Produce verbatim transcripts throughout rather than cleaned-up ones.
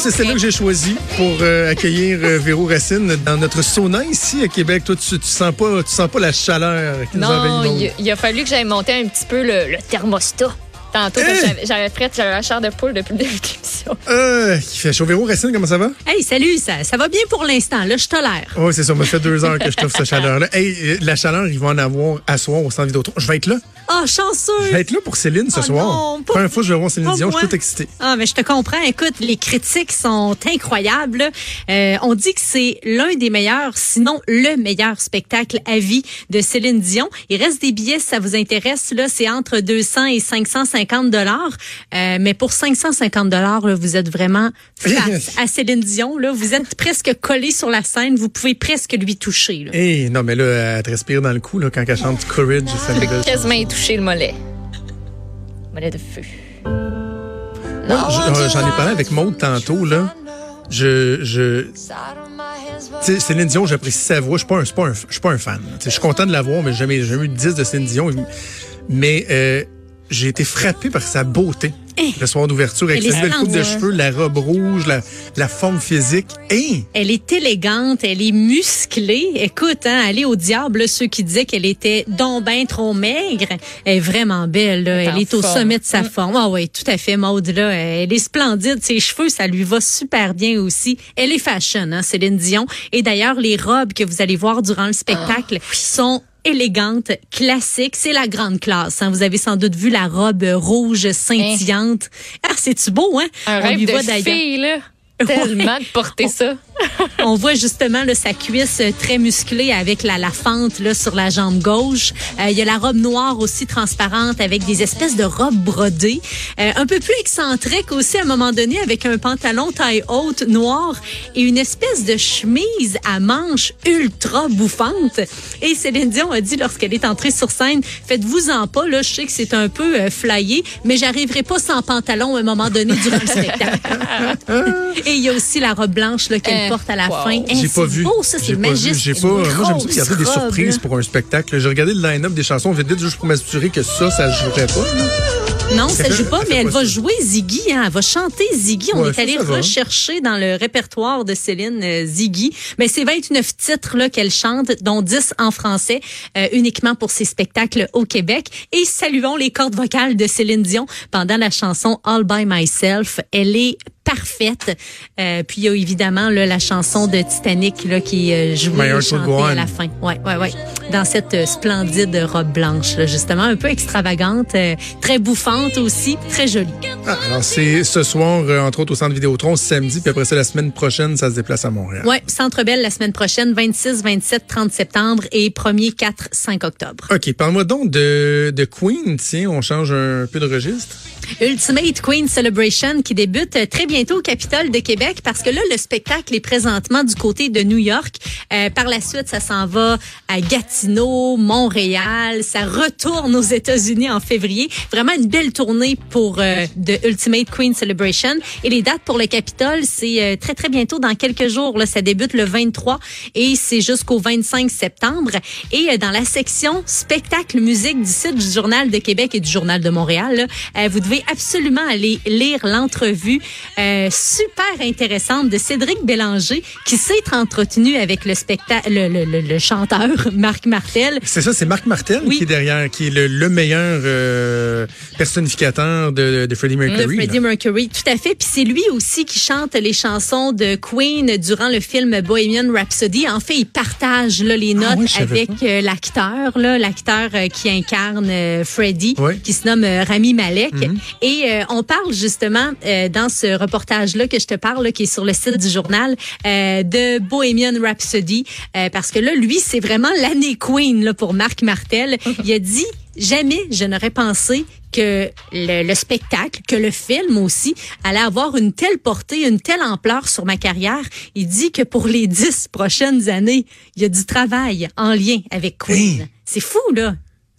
c'est celle-là que j'ai choisie pour euh, accueillir euh, Véro Racine dans notre sauna ici à Québec. Toi, tu, tu sens pas, tu sens pas la chaleur qui nous envahit. Non, il, il a fallu que j'aille monter un petit peu le, le thermostat. Tantôt, Hey! j'avais, j'avais prête, j'avais la chair de poule depuis le début de l'émission. Euh, qui fait chaud. Véro Racine, comment ça va? Hey, salut, ça, ça va bien pour l'instant. Là, je tolère. Oui, c'est ça. Moi, ça fait deux heures que je trouve cette chaleur-là. Hey, euh, la chaleur, il va en avoir à soir au centre Vidéotron. Je vais être là. Ah, chanceux. Je vais être là pour Céline ce Oh soir. non, pas- Première fois que je vais voir Céline pas Dion, je moi. suis tout excité. Ah, mais je te comprends. Écoute, les critiques sont incroyables. là. Euh, on dit que c'est l'un des meilleurs, sinon le meilleur spectacle à vie de Céline Dion. Il reste des billets si ça vous intéresse. Là, c'est entre deux cents et cinq cent cinquante dollars. Euh, mais pour cinq cent cinquante dollars, vous êtes vraiment face à Céline Dion. Là, vous êtes presque collé sur la scène. Vous pouvez presque lui toucher. Là. Hey, non, mais là, elle te respire dans le cou là, quand elle chante Courage. Ça me J'ai donne- quasiment y touché le mollet. Mollet de feu. Moi, je- j'en ai parlé avec Maude tantôt, là. Je, je, tu sais, Céline Dion, j'apprécie sa voix. Je suis pas un, je suis pas un, je suis pas un fan. Tu sais, je suis content de la voir, mais j'ai jamais, j'ai jamais eu de dix de Céline Dion. Mais, euh, j'ai été frappé par sa beauté. Hey. Le soir d'ouverture, avec Elle sa est belle coupe de splendide. cheveux, la robe rouge, la, la forme physique. Hey! Elle est élégante, elle est musclée. Écoute, hein, aller au diable, là, ceux qui disaient qu'elle était donc ben trop maigre. Elle est vraiment belle, là. Elle est Elle en est au forme. sommet de sa forme. Ah oui, tout à fait, Maude, là. Elle est splendide. Ses cheveux, ça lui va super bien aussi. Elle est fashion, hein, Céline Dion. Et d'ailleurs, les robes que vous allez voir durant le spectacle sont élégante, classique, c'est la grande classe. Hein. Vous avez sans doute vu la robe rouge scintillante. Ah, c'est-tu beau, hein? Un On rêve lui de voit d'ailleurs. fille, là. Tellement de porter ça. On voit justement là, sa cuisse euh, très musclée avec la, la fente là, sur la jambe gauche. Euh, il y a la robe noire aussi transparente avec des espèces de robes brodées. Euh, un peu plus excentrique aussi à un moment donné avec un pantalon taille haute noir et une espèce de chemise à manches ultra bouffante. Et Céline Dion a dit lorsqu'elle est entrée sur scène, faites-vous-en pas, là, je sais que c'est un peu euh, flyé, mais j'arriverai pas sans pantalon à un moment donné durant le spectacle. Et il y a aussi la robe blanche là, qu'elle Euh, porte à la wow. fin. Hey, J'ai c'est pas vu. beau, ça, J'ai c'est pas vu. magique. J'ai pas. Moi, j'aime ça regarder des Grosse surprises robe, pour un spectacle. J'ai regardé le line-up des chansons vite vite juste pour m'assurer que ça, ça jouerait pas. là. là. Non, ça fait- joue pas, ça mais fait elle pas va ça. jouer Ziggy. Hein, elle va chanter Ziggy. On Ouais, est ça, allé ça va. rechercher dans le répertoire de Céline euh, Ziggy. Mais c'est vingt-neuf titres là qu'elle chante, dont dix en français, euh, uniquement pour ses spectacles au Québec. Et saluons les cordes vocales de Céline Dion pendant la chanson All by Myself. Elle est parfaite. Euh, puis il y a évidemment là, la chanson de Titanic là, qui est euh, jouée My et Heart Will Go chantée à On. la fin. Ouais, ouais, ouais. Dans cette euh, splendide robe blanche, là, justement, un peu extravagante, euh, très bouffante aussi, très jolie. Ah, alors, c'est ce soir, euh, entre autres, au Centre Vidéotron, samedi, puis après ça, la semaine prochaine, ça se déplace à Montréal. Ouais, Centre Bell la semaine prochaine, vingt-six, vingt-sept, trente septembre et premier, quatre, cinq octobre. OK, parle-moi donc de, de Queen. Tiens, on change un peu de registre. Ultimate Queen Celebration qui débute euh, très bientôt au Capitole de Québec parce que là, le spectacle est présentement du côté de New York. Euh, par la suite, ça s'en va à Gatineau, Montréal. Ça retourne aux États-Unis en février. Vraiment une belle tournée pour euh, de Ultimate Queen Celebration. Et les dates pour le Capitole, c'est euh, très, très bientôt, dans quelques jours. Là, ça débute le vingt-trois et c'est jusqu'au vingt-cinq septembre. Et euh, dans la section spectacle musique du site du Journal de Québec et du Journal de Montréal, là, euh, vous devez absolument aller lire l'entrevue euh, super intéressante de Cédric Bélanger qui s'est entretenu avec le spectacle, le, le, le, le chanteur Marc Martel. C'est ça, c'est Marc Martel Oui. qui est derrière, qui est le, le meilleur euh, personnificateur de, de Freddie Mercury. De Freddie là. Mercury, tout à fait. Puis c'est lui aussi qui chante les chansons de Queen durant le film Bohemian Rhapsody. En fait, il partage là, les notes Ah oui, je savais avec euh, l'acteur, là, l'acteur euh, qui incarne euh, Freddie, Oui. qui se nomme euh, Rami Malek. Mhm. Et euh, on parle justement euh, dans ce reportage-là que je te parle, là, qui est sur le site du journal, euh, de Bohemian Rhapsody, euh, parce que là, lui, c'est vraiment l'année Queen là, pour Marc Martel. Il a dit, jamais je n'aurais pensé que le, le spectacle, que le film aussi, allait avoir une telle portée, une telle ampleur sur ma carrière. Il dit que pour les dix prochaines années, il y a du travail en lien avec Queen. Hey. C'est fou, là.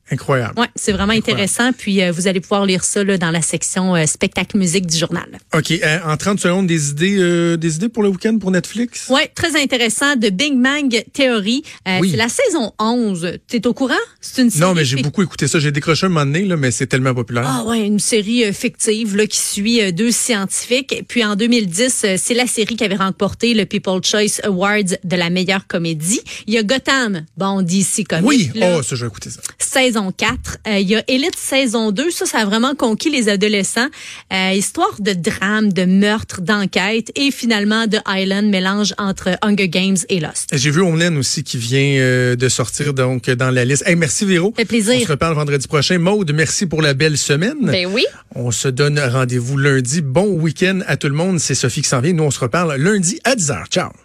Incroyable. Ouais, c'est vraiment Incroyable. intéressant. Puis euh, vous allez pouvoir lire ça là, dans la section euh, spectacle musique du journal. OK. Euh, en trente secondes, des idées, euh, des idées pour le week-end pour Netflix? Ouais, très intéressant. De Big Bang Theory. Euh, Oui. C'est la saison onze. T'es au courant? C'est une série. Non, mais j'ai fic- beaucoup écouté ça. J'ai décroché un moment donné, là, mais c'est tellement populaire. Ah ouais, une série euh, fictive là, qui suit euh, deux scientifiques. Puis en deux mille dix, euh, c'est la série qui avait remporté le People's Choice Awards de la meilleure comédie. Il y a Gotham, bon, D C Comics. Oui, là. oh, ça, je vais écouter ça. Saison quatre. Euh, il y a Elite saison deux. Ça, ça a vraiment conquis les adolescents. Euh, histoire de drame, de meurtre, d'enquête. Et finalement, The Island, mélange entre Hunger Games et Lost. J'ai vu Homeland aussi qui vient euh, de sortir donc dans la liste. Hey, merci Véro. Ça fait plaisir. On se reparle vendredi prochain. Maude, merci pour la belle semaine. Ben oui. On se donne rendez-vous lundi. Bon week-end à tout le monde. C'est Sophie qui s'en vient. Nous, on se reparle lundi à dix heures. Ciao.